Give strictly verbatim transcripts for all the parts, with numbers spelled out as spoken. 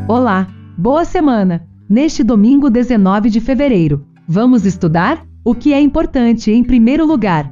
Olá, boa semana! Neste domingo dezenove de fevereiro, vamos estudar o que é importante em primeiro lugar.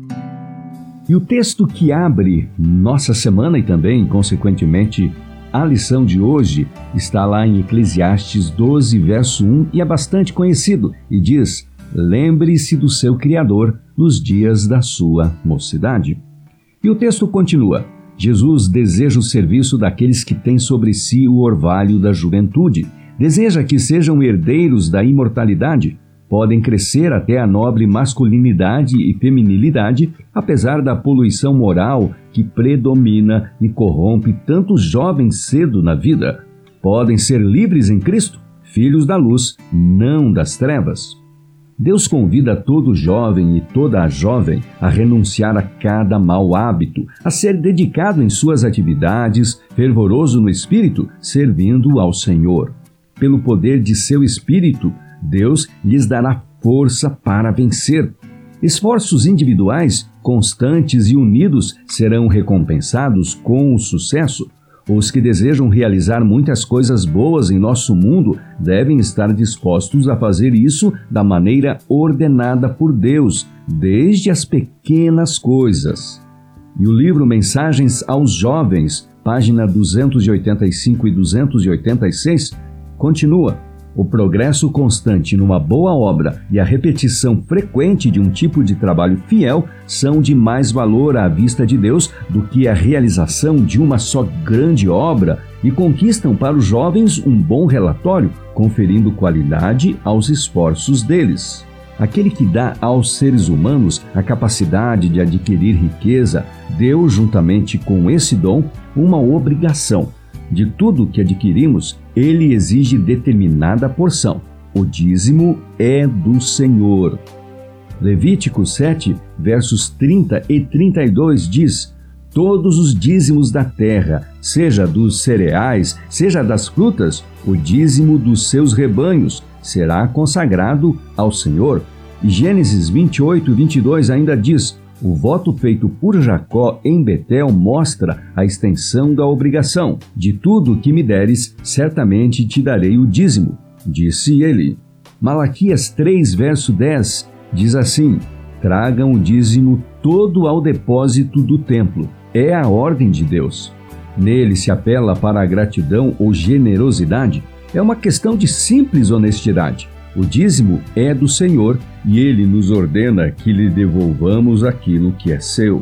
E o texto que abre nossa semana e também, consequentemente, a lição de hoje está lá em Eclesiastes doze, verso um, e é bastante conhecido, e diz: lembre-se do seu Criador nos dias da sua mocidade. E o texto continua: Jesus deseja o serviço daqueles que têm sobre si o orvalho da juventude. Deseja que sejam herdeiros da imortalidade. Podem crescer até a nobre masculinidade e feminilidade, apesar da poluição moral que predomina e corrompe tantos jovens cedo na vida. Podem ser livres em Cristo, filhos da luz, não das trevas. Deus convida todo jovem e toda a jovem a renunciar a cada mau hábito, a ser dedicado em suas atividades, fervoroso no espírito, servindo ao Senhor. Pelo poder de seu espírito, Deus lhes dará força para vencer. Esforços individuais, constantes e unidos serão recompensados com o sucesso. Os que desejam realizar muitas coisas boas em nosso mundo devem estar dispostos a fazer isso da maneira ordenada por Deus, desde as pequenas coisas. E o livro Mensagens aos Jovens, página duzentos e oitenta e cinco e duzentos e oitenta e seis, continua: o progresso constante numa boa obra e a repetição frequente de um tipo de trabalho fiel são de mais valor à vista de Deus do que a realização de uma só grande obra e conquistam para os jovens um bom relatório, conferindo qualidade aos esforços deles. Aquele que dá aos seres humanos a capacidade de adquirir riqueza, deu, juntamente com esse dom, uma obrigação. De tudo que adquirimos, ele exige determinada porção. O dízimo é do Senhor. Levítico sete, versos trinta e trinta e dois diz: todos os dízimos da terra, seja dos cereais, seja das frutas, o dízimo dos seus rebanhos, será consagrado ao Senhor. E Gênesis vinte e oito, vinte e dois ainda diz: o voto feito por Jacó em Betel mostra a extensão da obrigação. De tudo que me deres, certamente te darei o dízimo, disse ele. Malaquias três, verso dez, diz assim: tragam o dízimo todo ao depósito do templo. É a ordem de Deus. Nele se apela para a gratidão ou generosidade. É uma questão de simples honestidade. O dízimo é do Senhor e Ele nos ordena que lhe devolvamos aquilo que é seu.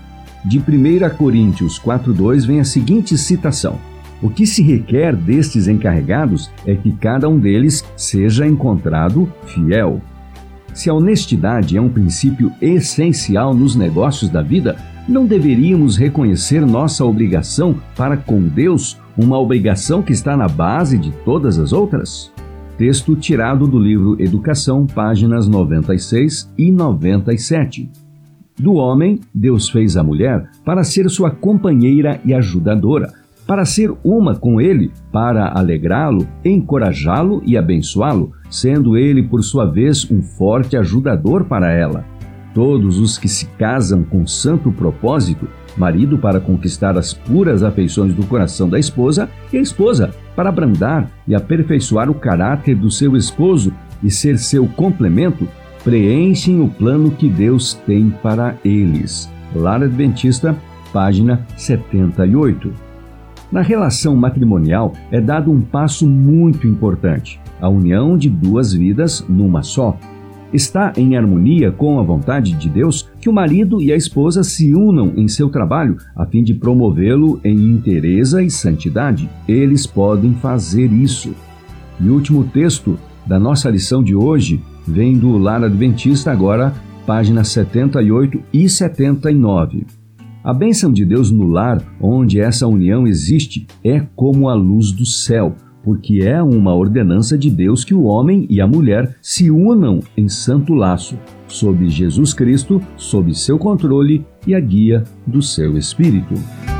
De primeira Coríntios quatro, dois vem a seguinte citação: o que se requer destes encarregados é que cada um deles seja encontrado fiel. Se a honestidade é um princípio essencial nos negócios da vida, não deveríamos reconhecer nossa obrigação para com Deus, uma obrigação que está na base de todas as outras? Texto tirado do livro Educação, páginas noventa e seis e noventa e sete. Do homem, Deus fez a mulher para ser sua companheira e ajudadora, para ser uma com ele, para alegrá-lo, encorajá-lo e abençoá-lo, sendo ele, por sua vez, um forte ajudador para ela. Todos os que se casam com santo propósito, marido para conquistar as puras afeições do coração da esposa e a esposa para abrandar e aperfeiçoar o caráter do seu esposo e ser seu complemento, preenchem o plano que Deus tem para eles. Lar Adventista, página setenta e oito. Na relação matrimonial é dado um passo muito importante: a união de duas vidas numa só. Está em harmonia com a vontade de Deus que o marido e a esposa se unam em seu trabalho a fim de promovê-lo em inteireza e santidade. Eles podem fazer isso. E o último texto da nossa lição de hoje vem do Lar Adventista, agora, páginas setenta e oito e setenta e nove. A bênção de Deus no lar, onde essa união existe, é como a luz do céu, porque é uma ordenança de Deus que o homem e a mulher se unam em santo laço, sob Jesus Cristo, sob seu controle e a guia do seu Espírito.